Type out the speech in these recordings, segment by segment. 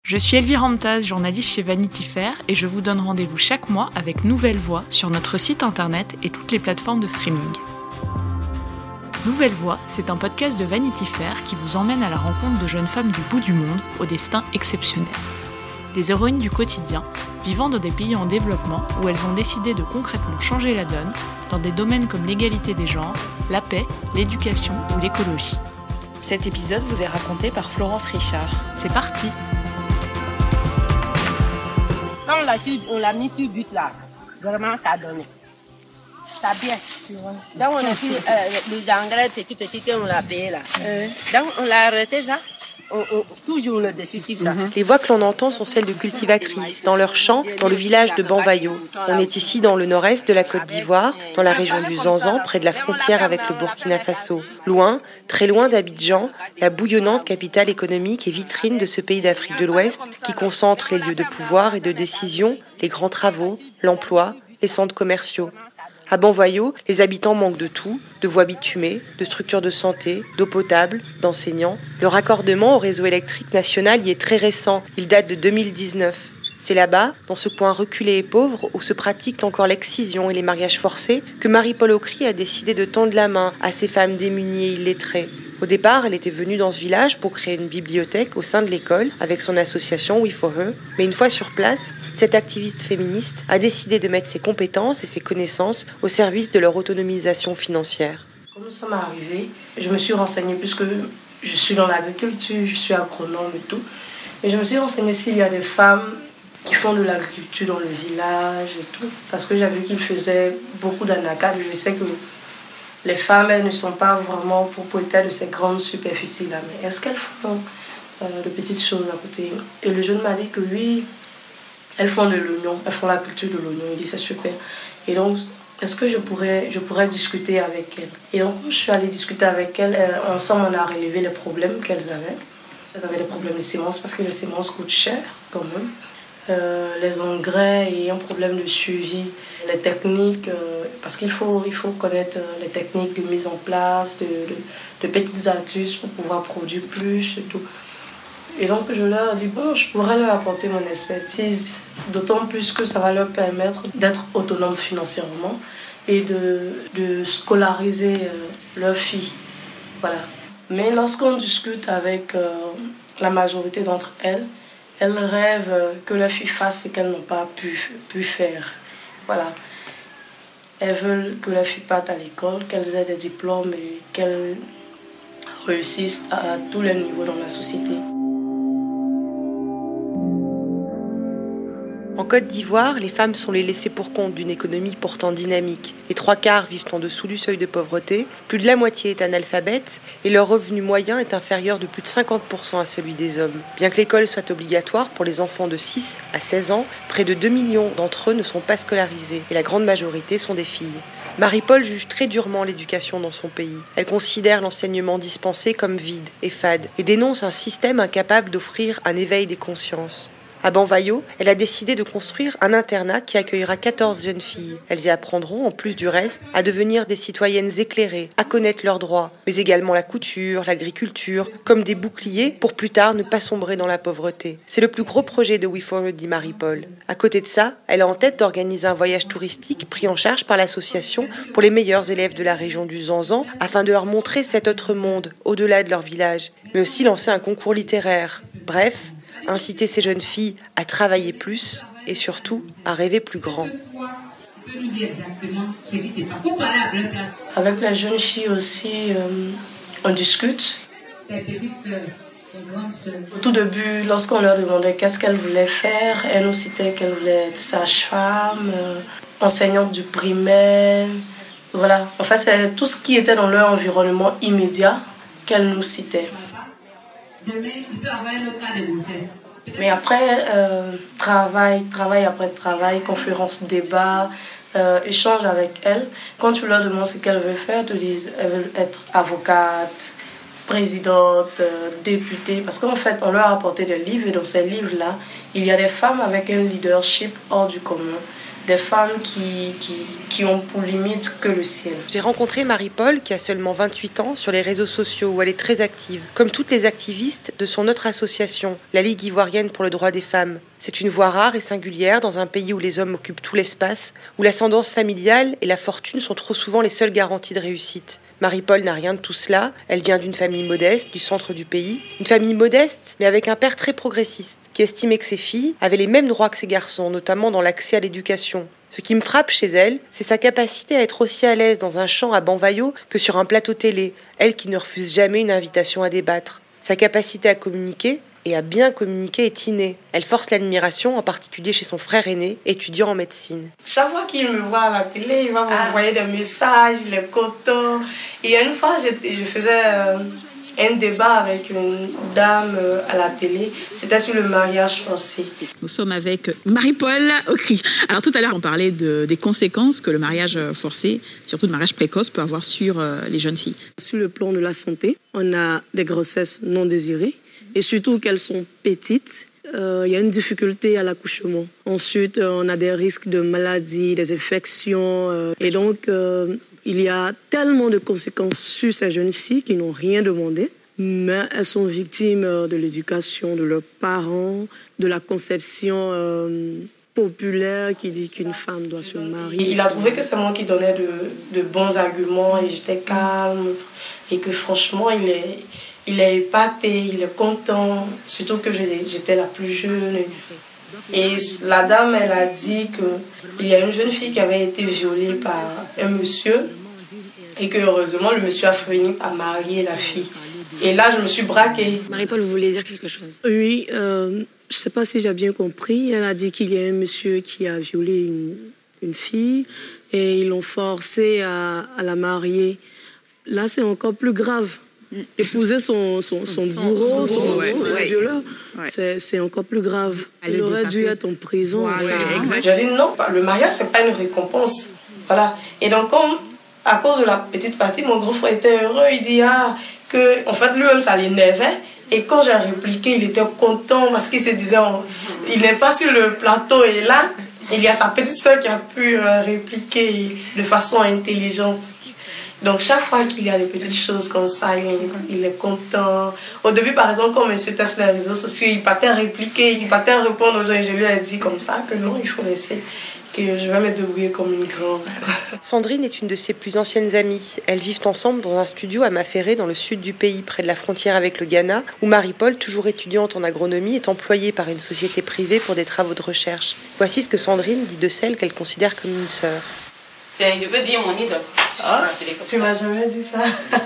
Je suis Elvire Ramtaz, journaliste chez Vanity Fair et je vous donne rendez-vous chaque mois avec Nouvelle Voix sur notre site internet et toutes les plateformes de streaming. Nouvelle Voix, c'est un podcast de Vanity Fair qui vous emmène à la rencontre de jeunes femmes du bout du monde au destin exceptionnel. Des héroïnes du quotidien, vivant dans des pays en développement où elles ont décidé de concrètement changer la donne dans des domaines comme l'égalité des genres, la paix, l'éducation ou l'écologie. Cet épisode vous est raconté par Florence Richard. C'est parti! Quand on l'a mis sur but là, vraiment ça a donné. Ça a bien. Donc on a pris les engrais petit qu'on l'a payé là. Donc on l'a arrêté ça. Toujours le dessus sur ça. Les voix que l'on entend sont celles de cultivatrices, dans leur champ, dans le village de Banvayo. On est ici dans le nord-est de la Côte d'Ivoire, dans la région du Zanzan, près de la frontière avec le Burkina Faso. Loin, très loin d'Abidjan, la bouillonnante capitale économique et vitrine de ce pays d'Afrique de l'Ouest, qui concentre les lieux de pouvoir et de décision, les grands travaux, l'emploi, les centres commerciaux. À Banvayo, les habitants manquent de tout, de voies bitumées, de structures de santé, d'eau potable, d'enseignants. Le raccordement au réseau électrique national y est très récent, il date de 2019. C'est là-bas, dans ce coin reculé et pauvre, où se pratiquent encore l'excision et les mariages forcés, que Marie-Paul Aukry a décidé de tendre la main à ces femmes démunies et illettrées. Au départ, elle était venue dans ce village pour créer une bibliothèque au sein de l'école avec son association We For Her. Mais une fois sur place, cette activiste féministe a décidé de mettre ses compétences et ses connaissances au service de leur autonomisation financière. Quand nous sommes arrivés, je me suis renseignée puisque je suis dans l'agriculture, je suis agronome et tout. Et je me suis renseignée s'il y a des femmes qui font de l'agriculture dans le village et tout. Parce que j'avais vu qu'ils faisaient beaucoup d'anacades. Je sais que les femmes, elles ne sont pas vraiment propriétaires de ces grandes superficies-là. Mais est-ce qu'elles font de petites choses à côté? Et le jeune m'a dit que oui, elles font de l'oignon, elles font la culture de l'oignon. Il dit c'est super. Et donc, est-ce que je pourrais discuter avec elles? Et donc, quand je suis allée discuter avec elles, ensemble, on a relevé les problèmes qu'elles avaient. Elles avaient des problèmes de semences parce que les semences coûtent cher quand même. Les engrais et un problème de suivi, les techniques, parce qu'il faut connaître les techniques de mise en place, de petites astuces pour pouvoir produire plus et tout. Et donc je leur dis, bon, je pourrais leur apporter mon expertise, d'autant plus que ça va leur permettre d'être autonomes financièrement et de scolariser leurs filles. Voilà. Mais lorsqu'on discute avec la majorité d'entre elles, elles rêvent que leurs filles fassent ce qu'elles n'ont pas pu faire. Voilà. Elles veulent que leurs filles partent à l'école, qu'elles aient des diplômes et qu'elles réussissent à tous les niveaux dans la société. En Côte d'Ivoire, les femmes sont les laissées pour compte d'une économie pourtant dynamique. Les 3/4 vivent en dessous du seuil de pauvreté, plus de la moitié est analphabète et leur revenu moyen est inférieur de plus de 50% à celui des hommes. Bien que l'école soit obligatoire pour les enfants de 6 à 16 ans, près de 2 millions d'entre eux ne sont pas scolarisés et la grande majorité sont des filles. Marie-Paul juge très durement l'éducation dans son pays. Elle considère l'enseignement dispensé comme vide et fade et dénonce un système incapable d'offrir un éveil des consciences. À Banvayo, elle a décidé de construire un internat qui accueillera 14 jeunes filles. Elles y apprendront, en plus du reste, à devenir des citoyennes éclairées, à connaître leurs droits, mais également la couture, l'agriculture, comme des boucliers pour plus tard ne pas sombrer dans la pauvreté. C'est le plus gros projet de We For Her, dit Marie-Paul. À côté de ça, elle a en tête d'organiser un voyage touristique pris en charge par l'association pour les meilleurs élèves de la région du Zanzan, afin de leur montrer cet autre monde, au-delà de leur village, mais aussi lancer un concours littéraire. Bref, inciter ces jeunes filles à travailler plus et surtout à rêver plus grand. Avec la jeune fille aussi, on discute. Au tout début, lorsqu'on leur demandait qu'est-ce qu'elles voulaient faire, elles nous citaient qu'elles voulaient être sage-femme, enseignante du primaire. Voilà, en fait, c'est tout ce qui était dans leur environnement immédiat qu'elles nous citaient. Mais après, travail après travail, conférences, débats, échanges avec elles. Quand tu leur demandes ce qu'elles veulent faire, elles te disent qu'elles veulent être avocates, présidente, députée. Parce qu'en fait, on leur a apporté des livres et dans ces livres-là, il y a des femmes avec un leadership hors du commun. des femmes qui ont pour limite que le ciel. J'ai rencontré Marie-Paul, qui a seulement 28 ans, sur les réseaux sociaux où elle est très active, comme toutes les activistes de son autre association, la Ligue ivoirienne pour le droit des femmes. C'est une voix rare et singulière dans un pays où les hommes occupent tout l'espace, où l'ascendance familiale et la fortune sont trop souvent les seules garanties de réussite. Marie-Paul n'a rien de tout cela, elle vient d'une famille modeste, du centre du pays. Une famille modeste, mais avec un père très progressiste, qui estimait que ses filles avaient les mêmes droits que ses garçons, notamment dans l'accès à l'éducation. Ce qui me frappe chez elle, c'est sa capacité à être aussi à l'aise dans un champ à Banvayo que sur un plateau télé, elle qui ne refuse jamais une invitation à débattre. Sa capacité à communiquer, et à bien communiquer est innée. Elle force l'admiration, en particulier chez son frère aîné, étudiant en médecine. Chaque fois qu'il me voit à la télé, il va m'envoyer des messages, il est content. Et une fois, je faisais un débat avec une dame à la télé. C'était sur le mariage forcé. Nous sommes avec Marie-Paul Okri. Alors tout à l'heure, on parlait des conséquences que le mariage forcé, surtout le mariage précoce, peut avoir sur les jeunes filles. Sur le plan de la santé, on a des grossesses non désirées. Et surtout qu'elles sont petites, il y a une difficulté à l'accouchement. Ensuite, on a des risques de maladies, des infections. Et donc, il y a tellement de conséquences sur ces jeunes filles qui n'ont rien demandé, mais elles sont victimes de l'éducation de leurs parents, de la conception populaire qui dit qu'une femme doit se marier. Il a trouvé que c'est moi qui donnais de bons arguments et j'étais calme. Et que franchement, il est épaté, il est content, surtout que j'étais la plus jeune. Et la dame, elle a dit qu'il y a une jeune fille qui avait été violée par un monsieur et que heureusement, le monsieur a fini par marier la fille. Et là, je me suis braquée. Marie-Paul, vous voulez dire quelque chose? Oui, je ne sais pas si j'ai bien compris. Elle a dit qu'il y a un monsieur qui a violé une fille et ils l'ont forcée à la marier. Là, c'est encore plus grave. Épouser son bourreau, son violeur, c'est encore plus grave. Il aurait dû être en prison. J'ai dit non, le mariage, c'est pas une récompense. Voilà. Et donc, à cause de la petite partie, mon grand frère était heureux. Il dit que, en fait, lui-même, ça l'énervait. Et quand j'ai répliqué, il était content parce qu'il se disait, il n'est pas sur le plateau. Et là, il y a sa petite soeur qui a pu répliquer de façon intelligente. Donc, chaque fois qu'il y a des petites choses comme ça, il est content. Au début, par exemple, quand monsieur était sur les réseaux sociaux, il partait à répliquer, il partait à répondre aux gens. Et je lui ai dit comme ça que non, il faut laisser, que je vais me débrouiller comme une grande. Sandrine est une de ses plus anciennes amies. Elles vivent ensemble dans un studio à Maféré, dans le sud du pays, près de la frontière avec le Ghana, où Marie-Paul, toujours étudiante en agronomie, est employée par une société privée pour des travaux de recherche. Voici ce que Sandrine dit de celle qu'elle considère comme une sœur. Je peux dire mon idole. Tu m'as jamais dit ça.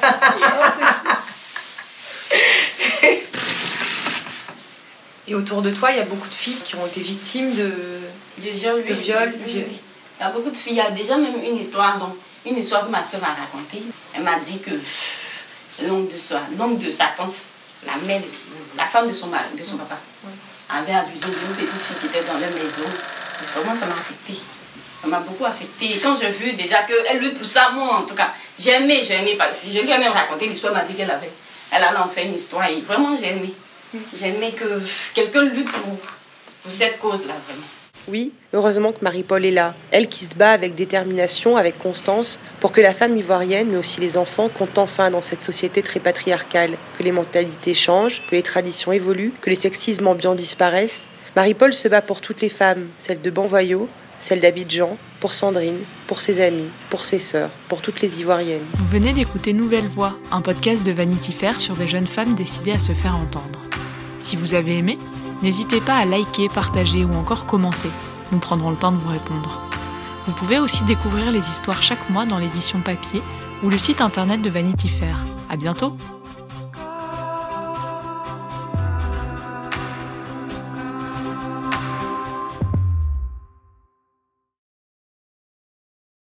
Et autour de toi, il y a beaucoup de filles qui ont été victimes de viol. Il y a beaucoup de filles. Il y a déjà même une histoire que ma soeur m'a racontée. Elle m'a dit que l'oncle de sa tante, la femme de son papa, avait abusé d'une petite fille qui était dans leur maison. Et vraiment, ça m'a affectée. Ça m'a beaucoup affectée. Et quand j'ai vu déjà qu'elle lutte pour ça, moi en tout cas, j'ai aimé. Je lui ai même raconté l'histoire, elle m'a dit qu'elle allait en faire une histoire. Et vraiment, j'ai aimé. J'ai aimé que quelqu'un lutte pour cette cause-là, vraiment. Oui, heureusement que Marie-Paul est là. Elle qui se bat avec détermination, avec constance, pour que la femme ivoirienne, mais aussi les enfants, comptent enfin dans cette société très patriarcale. Que les mentalités changent, que les traditions évoluent, que les sexismes ambiants disparaissent. Marie-Paul se bat pour toutes les femmes, celles de Banvayo, celle d'Abidjan, pour Sandrine, pour ses amis, pour ses sœurs, pour toutes les Ivoiriennes. Vous venez d'écouter Nouvelle Voix, un podcast de Vanity Fair sur des jeunes femmes décidées à se faire entendre. Si vous avez aimé, n'hésitez pas à liker, partager ou encore commenter. Nous prendrons le temps de vous répondre. Vous pouvez aussi découvrir les histoires chaque mois dans l'édition papier ou le site internet de Vanity Fair. À bientôt!